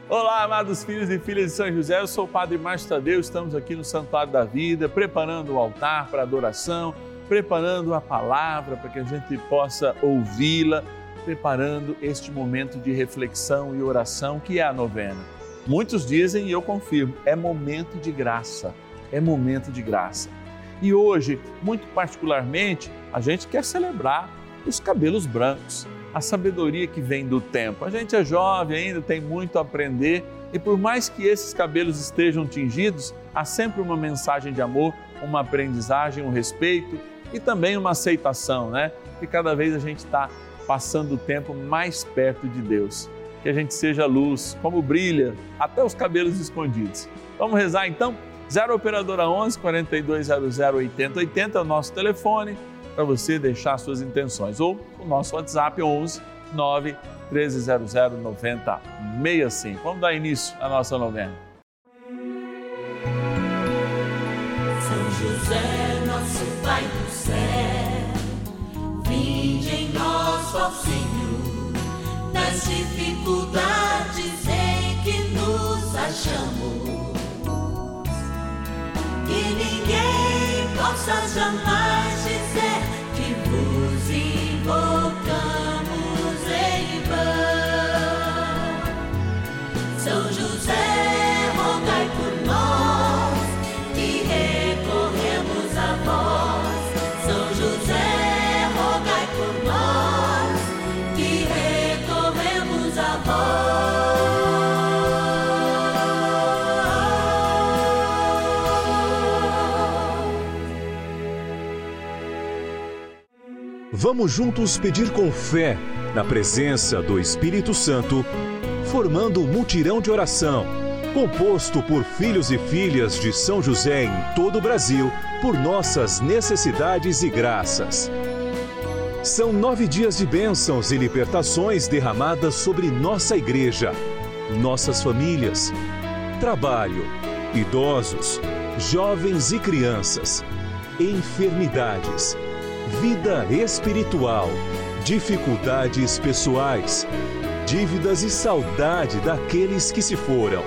Olá, amados filhos e filhas de São José, eu sou o Padre Márcio Tadeu, estamos aqui no Santuário da Vida, preparando o altar para adoração, preparando a palavra para que a gente possa ouvi-la, preparando este momento de reflexão e oração que é a novena. Muitos dizem, e eu confirmo, é momento de graça, é momento de graça. E hoje, muito particularmente, a gente quer celebrar os cabelos brancos, a sabedoria que vem do tempo. A gente é jovem ainda, tem muito a aprender e por mais que esses cabelos estejam tingidos, há sempre uma mensagem de amor, uma aprendizagem, um respeito e também uma aceitação, né? Que cada vez a gente está passando o tempo mais perto de Deus. Que a gente seja luz, como brilha até os cabelos escondidos. Vamos rezar então? 0 Operadora 11 4200 8080 é o nosso telefone para você deixar suas intenções. Ou o nosso WhatsApp 11 9 1300 9065. Vamos dar início à nossa novena. São José, nosso Pai do céu, vinde em nós, ó Senhor, nas dificuldades em que nos achamos. Que ninguém possa jamais dizer que vos invocamos em vão. São José, rogai por nós, que recorremos a vós. São José, rogai por nós, que recorremos a vós. Vamos juntos pedir com fé, na presença do Espírito Santo, formando um mutirão de oração, composto por filhos e filhas de São José em todo o Brasil, por nossas necessidades e graças. São 9 dias de bênçãos e libertações derramadas sobre nossa igreja, nossas famílias, trabalho, idosos, jovens e crianças, enfermidades, vida espiritual, dificuldades pessoais, dívidas e saudade daqueles que se foram.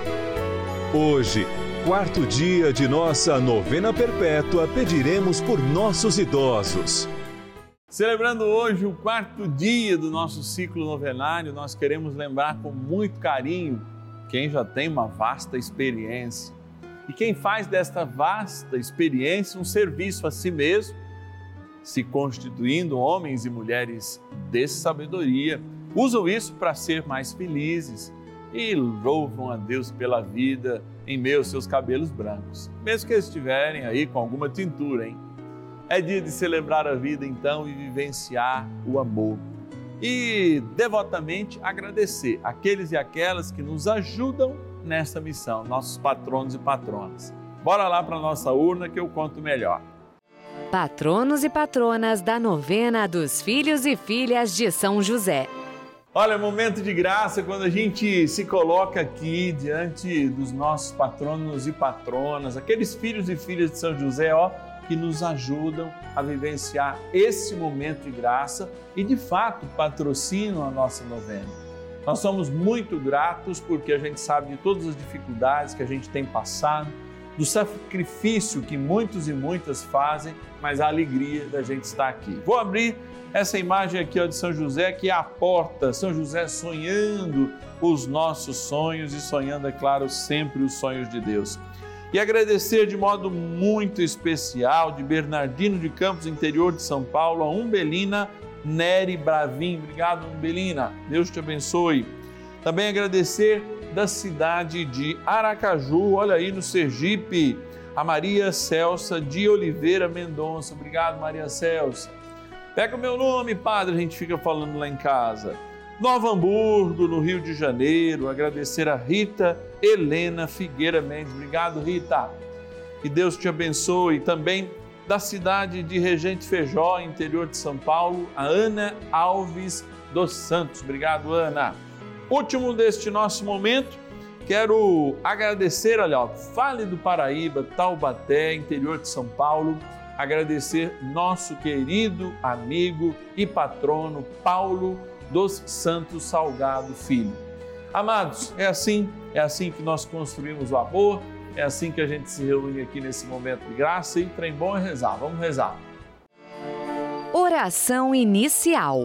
Hoje, 4º dia de nossa novena perpétua, pediremos por nossos idosos. Celebrando hoje o 4º dia do nosso ciclo novenário, nós queremos lembrar com muito carinho quem já tem uma vasta experiência e quem faz desta vasta experiência um serviço a si mesmo, se constituindo homens e mulheres de sabedoria, usam isso para ser mais felizes e louvam a Deus pela vida em meio aos seus cabelos brancos, mesmo que estiverem aí com alguma tintura, hein? É dia de celebrar a vida então e vivenciar o amor e devotamente agradecer aqueles e aquelas que nos ajudam nessa missão, nossos patronos e patronas. Bora lá para a nossa urna que eu conto melhor. Patronos e patronas da novena dos filhos e filhas de São José. Olha, momento de graça quando a gente se coloca aqui diante dos nossos patronos e patronas, aqueles filhos e filhas de São José, que nos ajudam a vivenciar esse momento de graça e, de fato, patrocinam a nossa novena. Nós somos muito gratos porque a gente sabe de todas as dificuldades que a gente tem passado, do sacrifício que muitos e muitas fazem, mas a alegria da gente estar aqui. Vou abrir essa imagem aqui de São José, que é a porta, São José sonhando os nossos sonhos e sonhando, é claro, sempre os sonhos de Deus. E agradecer de modo muito especial de Bernardino de Campos, interior de São Paulo, a Umbelina Nery Bravin. Obrigado, Umbelina. Deus te abençoe. Também agradecer da cidade de Aracaju, olha aí no Sergipe, a Maria Celsa de Oliveira Mendonça. Obrigado, Maria Celsa. Pega o meu nome, padre, a gente fica falando lá em casa. Nova Hamburgo, no Rio de Janeiro, agradecer a Rita Helena Figueira Mendes. Obrigado, Rita. Que Deus te abençoe. Também da cidade de Regente Feijó, interior de São Paulo, a Ana Alves dos Santos. Obrigado, Ana. Último deste nosso momento, quero agradecer, Vale do Paraíba, Taubaté, interior de São Paulo, agradecer nosso querido amigo e patrono Paulo dos Santos Salgado Filho. Amados, é assim que nós construímos o amor, é assim que a gente se reúne aqui nesse momento de graça e trem bom é rezar. Vamos rezar. Oração inicial.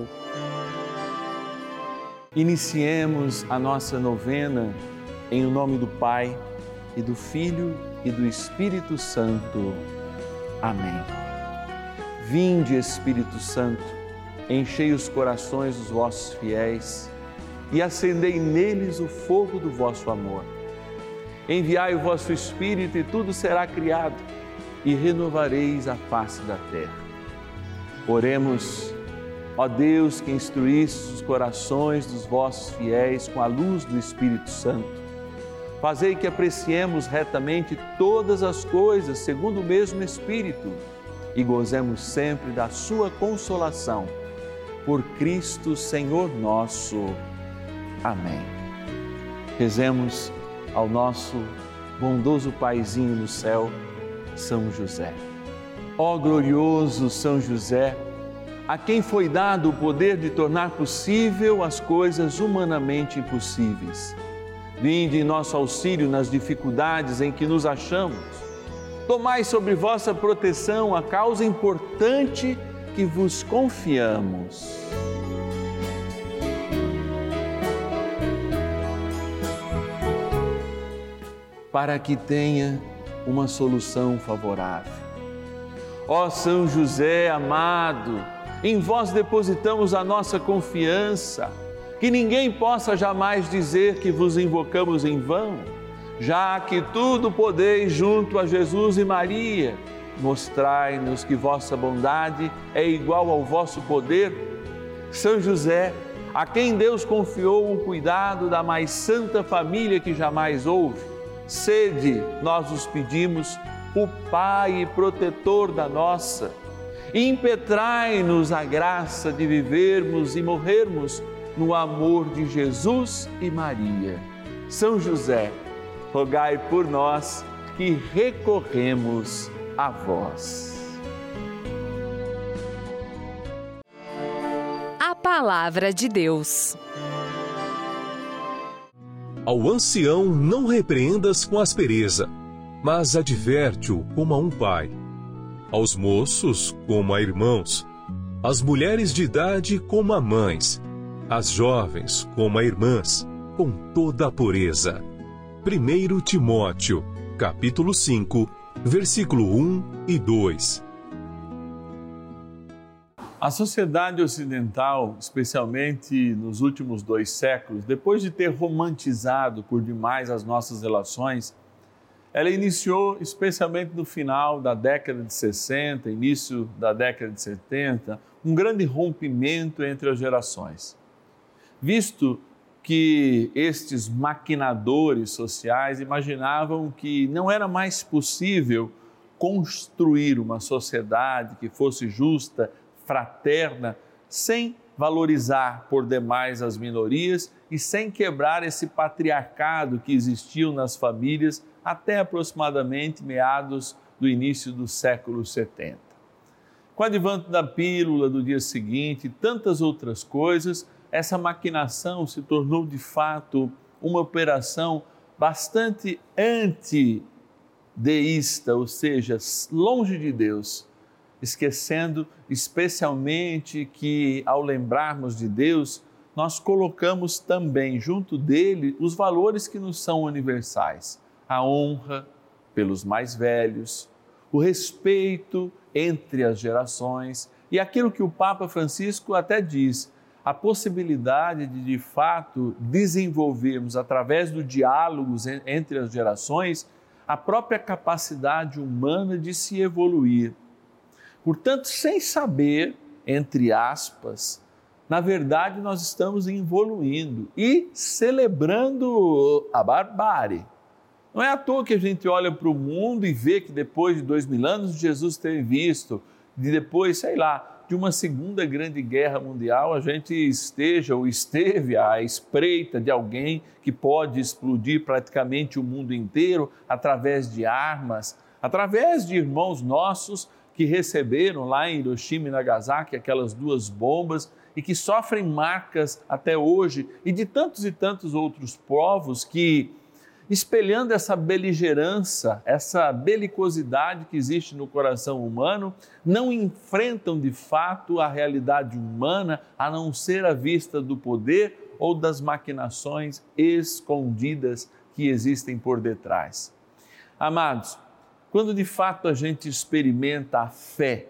Iniciemos a nossa novena em nome do Pai e do Filho e do Espírito Santo. Amém. Vinde, Espírito Santo, enchei os corações dos vossos fiéis e acendei neles o fogo do vosso amor. Enviai o vosso Espírito e tudo será criado e renovareis a face da terra. Oremos, ó Deus que instruísse os corações dos vossos fiéis com a luz do Espírito Santo. Fazei que apreciemos retamente todas as coisas segundo o mesmo Espírito e gozemos sempre da sua consolação. Por Cristo Senhor nosso. Amém. Rezemos ao nosso bondoso Paizinho no céu, São José. Ó glorioso São José, a quem foi dado o poder de tornar possível as coisas humanamente impossíveis. Vinde em nosso auxílio nas dificuldades em que nos achamos. Tomai sobre vossa proteção a causa importante que vos confiamos. Para que tenha uma solução favorável. Ó São José amado, em vós depositamos a nossa confiança, que ninguém possa jamais dizer que vos invocamos em vão, já que tudo podeis junto a Jesus e Maria, mostrai-nos que vossa bondade é igual ao vosso poder. São José, a quem Deus confiou o cuidado da mais santa família que jamais houve, sede, nós os pedimos, o Pai e protetor da nossa, e impetrai-nos a graça de vivermos e morrermos no amor de Jesus e Maria. São José, rogai por nós que recorremos a vós. A Palavra de Deus. Ao ancião não repreendas com aspereza, mas adverte-o como a um pai. Aos moços, como a irmãos. Às mulheres de idade, como a mães. Às jovens, como a irmãs, com toda a pureza. 1 Timóteo, capítulo 5, versículo 1 e 2. A sociedade ocidental, especialmente nos últimos 2 séculos, depois de ter romantizado por demais as nossas relações, ela iniciou, especialmente no final da década de 60, início da década de 70, um grande rompimento entre as gerações. Visto que estes maquinadores sociais imaginavam que não era mais possível construir uma sociedade que fosse justa, fraterna, sem valorizar por demais as minorias e sem quebrar esse patriarcado que existiu nas famílias até aproximadamente meados do início do século 70. Com o advento da pílula do dia seguinte e tantas outras coisas, essa maquinação se tornou de fato uma operação bastante antideísta, ou seja, longe de Deus, esquecendo especialmente que, ao lembrarmos de Deus, nós colocamos também junto dele os valores que nos são universais: a honra pelos mais velhos, o respeito entre as gerações e aquilo que o Papa Francisco até diz, a possibilidade de fato, desenvolvermos através do diálogo entre as gerações a própria capacidade humana de se evoluir. Portanto, sem saber, entre aspas, na verdade nós estamos evoluindo e celebrando a barbárie. Não é à toa que a gente olha para o mundo e vê que depois de 2000 anos Jesus ter visto, de depois, de uma segunda grande guerra mundial, a gente esteja ou esteve à espreita de alguém que pode explodir praticamente o mundo inteiro através de armas, através de irmãos nossos que receberam lá em Hiroshima e Nagasaki aquelas 2 bombas e que sofrem marcas até hoje, e de tantos e tantos outros povos que, espelhando essa beligerância, essa belicosidade que existe no coração humano, não enfrentam de fato a realidade humana, a não ser à vista do poder ou das maquinações escondidas que existem por detrás. Amados, quando de fato a gente experimenta a fé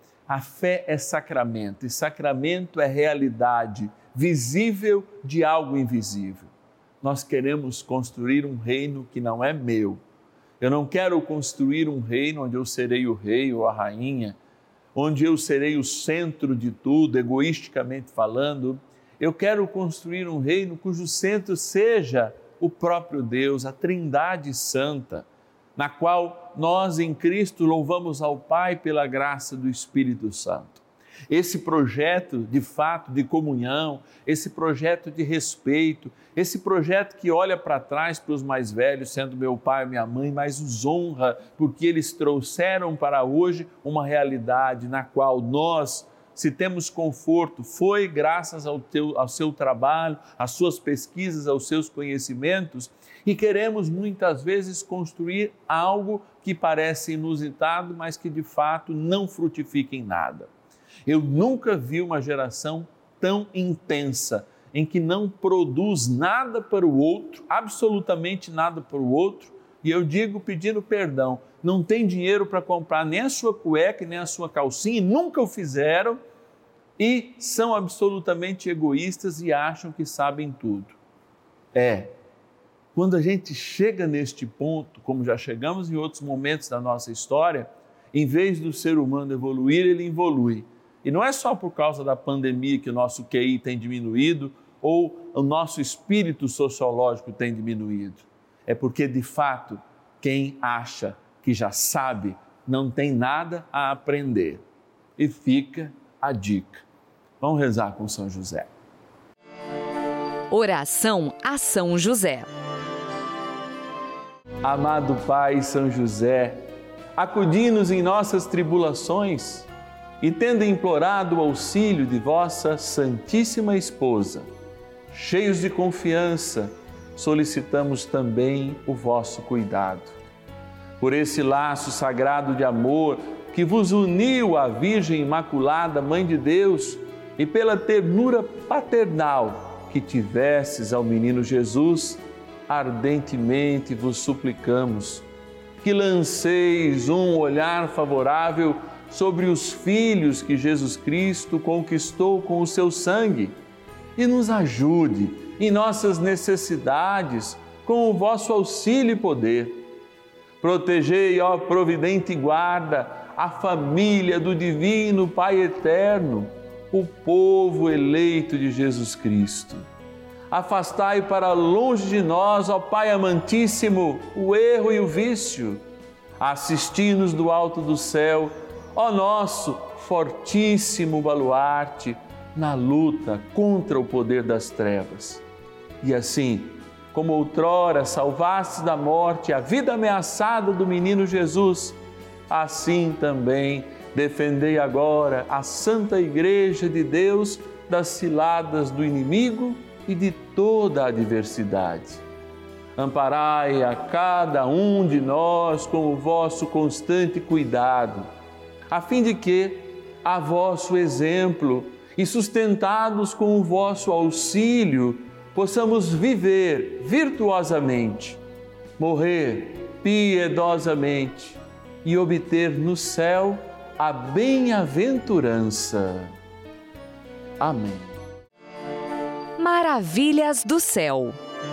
é sacramento, e sacramento é realidade visível de algo invisível. Nós queremos construir um reino que não é meu. Eu não quero construir um reino onde eu serei o rei ou a rainha, onde eu serei o centro de tudo, egoisticamente falando. Eu quero construir um reino cujo centro seja o próprio Deus, a Trindade Santa, na qual nós em Cristo louvamos ao Pai pela graça do Espírito Santo. Esse projeto de fato de comunhão, esse projeto de respeito, esse projeto que olha para trás para os mais velhos, sendo meu pai e minha mãe, mas os honra porque eles trouxeram para hoje uma realidade na qual nós, se temos conforto, foi graças ao seu trabalho, às suas pesquisas, aos seus conhecimentos, e queremos muitas vezes construir algo que parece inusitado, mas que de fato não frutifica em nada. Eu nunca vi uma geração tão intensa, em que não produz nada para o outro, absolutamente nada para o outro, e eu digo pedindo perdão, não tem dinheiro para comprar nem a sua cueca, nem a sua calcinha, nunca o fizeram, e são absolutamente egoístas e acham que sabem tudo. Quando a gente chega neste ponto, como já chegamos em outros momentos da nossa história, em vez do ser humano evoluir, ele evolui. E não é só por causa da pandemia que o nosso QI tem diminuído ou o nosso espírito sociológico tem diminuído. É porque, de fato, quem acha que já sabe não tem nada a aprender. E fica a dica. Vamos rezar com São José. Oração a São José. Amado Pai São José, acudi-nos em nossas tribulações e, tendo implorado o auxílio de vossa Santíssima Esposa, cheios de confiança, solicitamos também o vosso cuidado. Por esse laço sagrado de amor que vos uniu à Virgem Imaculada, Mãe de Deus, e pela ternura paternal que tivesses ao menino Jesus, ardentemente vos suplicamos que lanceis um olhar favorável sobre os filhos que Jesus Cristo conquistou com o seu sangue e nos ajude em nossas necessidades com o vosso auxílio e poder. Protegei, ó providente guarda, a família do Divino Pai Eterno, o povo eleito de Jesus Cristo. Afastai para longe de nós, ó Pai amantíssimo, o erro e o vício. Assisti-nos do alto do céu, ó nosso fortíssimo baluarte, na luta contra o poder das trevas. E assim, como outrora salvastes da morte a vida ameaçada do menino Jesus, assim também defendei agora a Santa Igreja de Deus das ciladas do inimigo e de toda a adversidade. Amparai a cada um de nós com o vosso constante cuidado, a fim de que, a vosso exemplo e sustentados com o vosso auxílio, possamos viver virtuosamente, morrer piedosamente e obter no céu a bem-aventurança. Amém. Maravilhas do céu.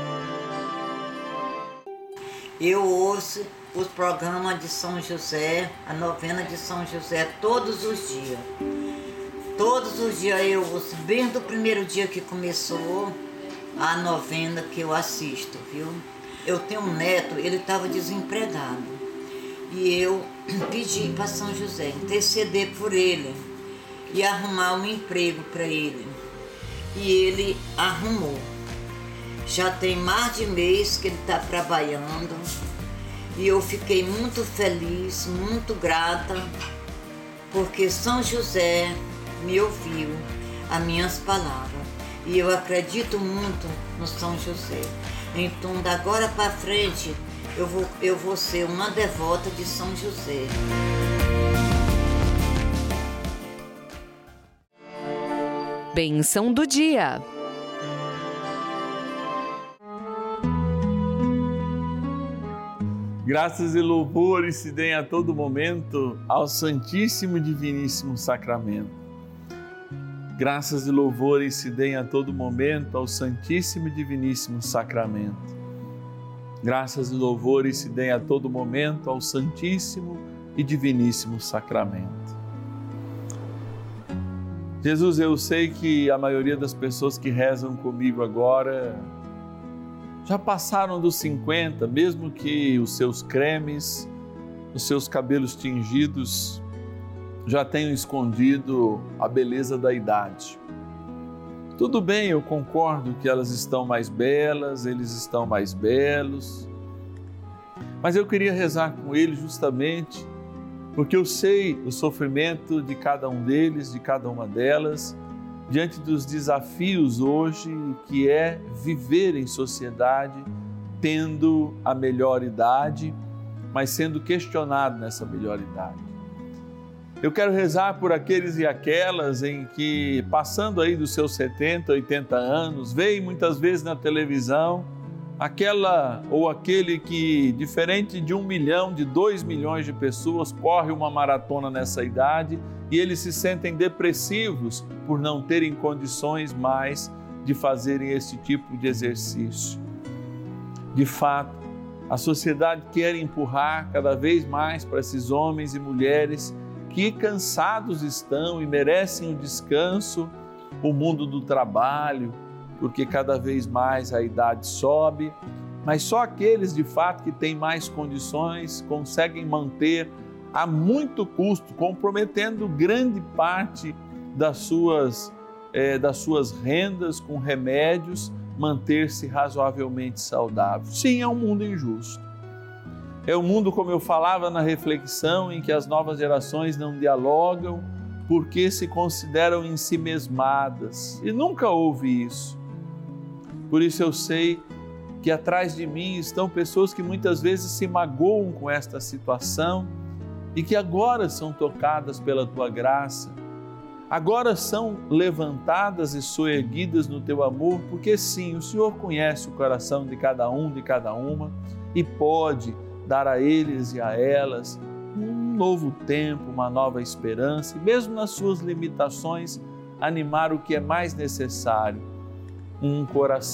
Eu ouço os programas de São José, a novena de São José, todos os dias. Todos os dias eu ouço, bem do primeiro dia que começou a novena que eu assisto, viu? Eu tenho um neto, ele estava desempregado. E eu pedi para São José interceder por ele e arrumar um emprego para ele. E ele arrumou. Já tem mais de mês que ele está trabalhando e eu fiquei muito feliz, muito grata, porque São José me ouviu. as minhas palavras. E eu acredito muito no São José. Então, da agora para frente, eu vou ser uma devota de São José. Bênção do dia. Graças e louvores se deem a todo momento ao Santíssimo e Diviníssimo Sacramento. Graças e louvores se deem a todo momento ao Santíssimo e Diviníssimo Sacramento. Graças e louvores se deem a todo momento ao Santíssimo e Diviníssimo Sacramento. Jesus, eu sei que a maioria das pessoas que rezam comigo agora já passaram dos 50, mesmo que os seus cremes, os seus cabelos tingidos já tenham escondido a beleza da idade. Tudo bem, eu concordo que elas estão mais belas, eles estão mais belos, mas eu queria rezar com eles justamente porque eu sei o sofrimento de cada um deles, de cada uma delas, diante dos desafios hoje que é viver em sociedade, tendo a melhor idade, mas sendo questionado nessa melhor idade. Eu quero rezar por aqueles e aquelas em que, passando aí dos seus 70, 80 anos, veem muitas vezes na televisão aquela ou aquele que, diferente de 1 milhão, de 2 milhões de pessoas, corre uma maratona nessa idade e eles se sentem depressivos por não terem condições mais de fazerem esse tipo de exercício. De fato, a sociedade quer empurrar cada vez mais para esses homens e mulheres que cansados estão e merecem o descanso, o mundo do trabalho, porque cada vez mais a idade sobe, mas só aqueles de fato que têm mais condições conseguem manter a muito custo, comprometendo grande parte das suas rendas com remédios, manter-se razoavelmente saudável. Sim, é um mundo injusto. É um mundo, como eu falava na reflexão, em que as novas gerações não dialogam porque se consideram ensimesmadas. E nunca houve isso. Por isso eu sei que atrás de mim estão pessoas que muitas vezes se magoam com esta situação e que agora são tocadas pela Tua graça, agora são levantadas e soerguidas no Teu amor, porque sim, o Senhor conhece o coração de cada um, de cada uma e pode dar a eles e a elas um novo tempo, uma nova esperança e mesmo nas suas limitações, animar o que é mais necessário. Um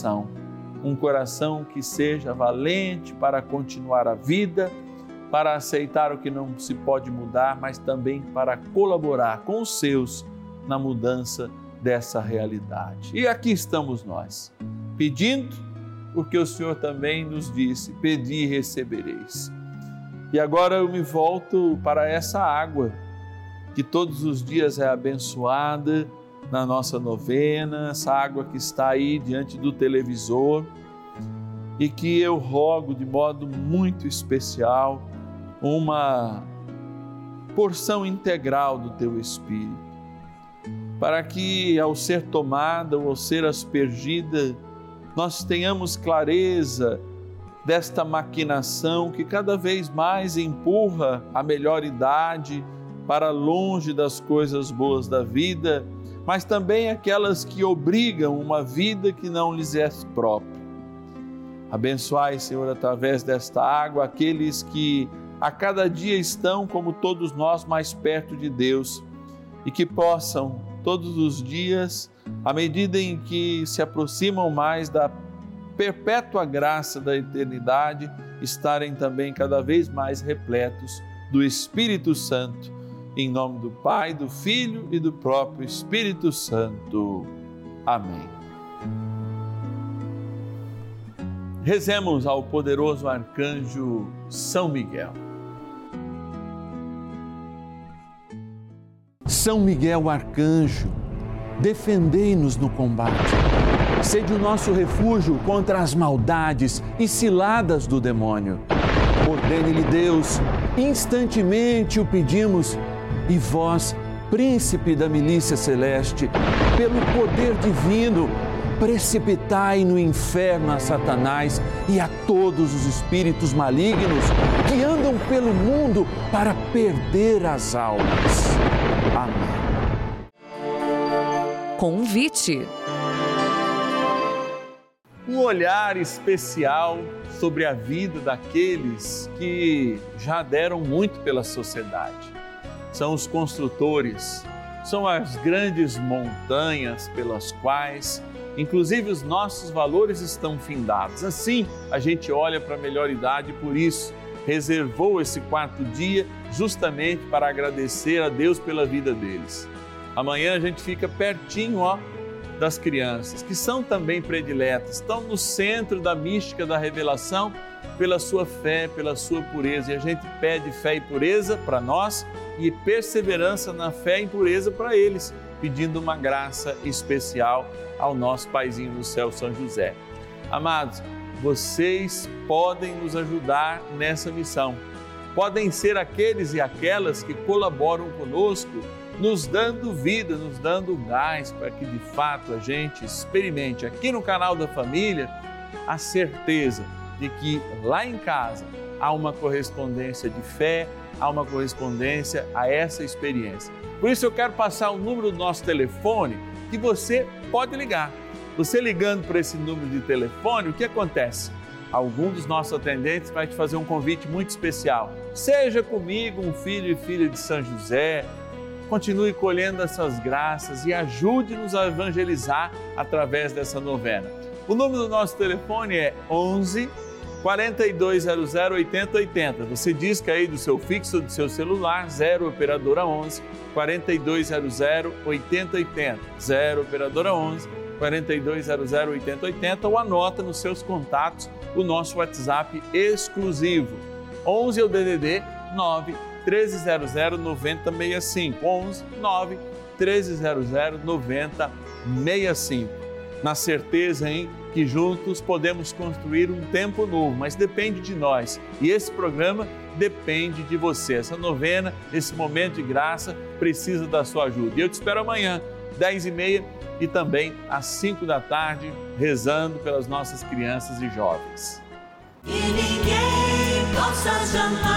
coração que seja valente para continuar a vida, para aceitar o que não se pode mudar, mas também para colaborar com os seus na mudança dessa realidade. E aqui estamos nós, pedindo, porque o Senhor também nos disse, pedi e recebereis. E agora eu me volto para essa água, que todos os dias é abençoada, na nossa novena, essa água que está aí diante do televisor e que eu rogo de modo muito especial uma porção integral do Teu Espírito, para que ao ser tomada ou ao ser aspergida, nós tenhamos clareza desta maquinação que cada vez mais empurra a melhor idade para longe das coisas boas da vida, mas também aquelas que obrigam uma vida que não lhes é própria. Abençoai, Senhor, através desta água, aqueles que a cada dia estão, como todos nós, mais perto de Deus e que possam, todos os dias, à medida em que se aproximam mais da perpétua graça da eternidade, estarem também cada vez mais repletos do Espírito Santo. Em nome do Pai, do Filho e do próprio Espírito Santo. Amém. Rezemos ao poderoso arcanjo São Miguel. São Miguel, arcanjo, defendei-nos no combate. Sede o nosso refúgio contra as maldades e ciladas do demônio. Ordene-lhe Deus, instantemente o pedimos, e vós, príncipe da milícia celeste, pelo poder divino, precipitai no inferno a Satanás e a todos os espíritos malignos que andam pelo mundo para perder as almas. Amém. Convite. Um olhar especial sobre a vida daqueles que já deram muito pela sociedade. São os construtores, são as grandes montanhas pelas quais, inclusive, os nossos valores estão findados. Assim, a gente olha para a melhor idade e por isso reservou esse quarto dia justamente para agradecer a Deus pela vida deles. Amanhã a gente fica pertinho, das crianças, que são também prediletas, estão no centro da mística da revelação pela sua fé, pela sua pureza. E a gente pede fé e pureza para nós e perseverança na fé e pureza para eles, pedindo uma graça especial ao nosso Paizinho do céu, São José. Amados, vocês podem nos ajudar nessa missão. Podem ser aqueles e aquelas que colaboram conosco, nos dando vida, nos dando gás para que de fato a gente experimente aqui no canal da Família a certeza de que lá em casa há uma correspondência de fé, há uma correspondência a essa experiência. Por isso eu quero passar o número do nosso telefone que você pode ligar. Você ligando para esse número de telefone, o que acontece? Algum dos nossos atendentes vai te fazer um convite muito especial. Seja comigo um filho e filha de São José. Continue colhendo essas graças e ajude-nos a evangelizar através dessa novena. O número do nosso telefone é 11 4200 8080. Você disca aí do seu fixo, do seu celular, 0 operadora 11 4200 8080. 0 operadora 11 4200 8080 ou anota nos seus contatos o nosso WhatsApp exclusivo. 11 é o DDD 9 1300 9065. 11 9 1300 9065. Na certeza, que juntos podemos construir um tempo novo, mas depende de nós. E esse programa depende de você. Essa novena, esse momento de graça, precisa da sua ajuda. E eu te espero amanhã, 10h30 e também às 5 da tarde, rezando pelas nossas crianças e jovens. E ninguém possa jamais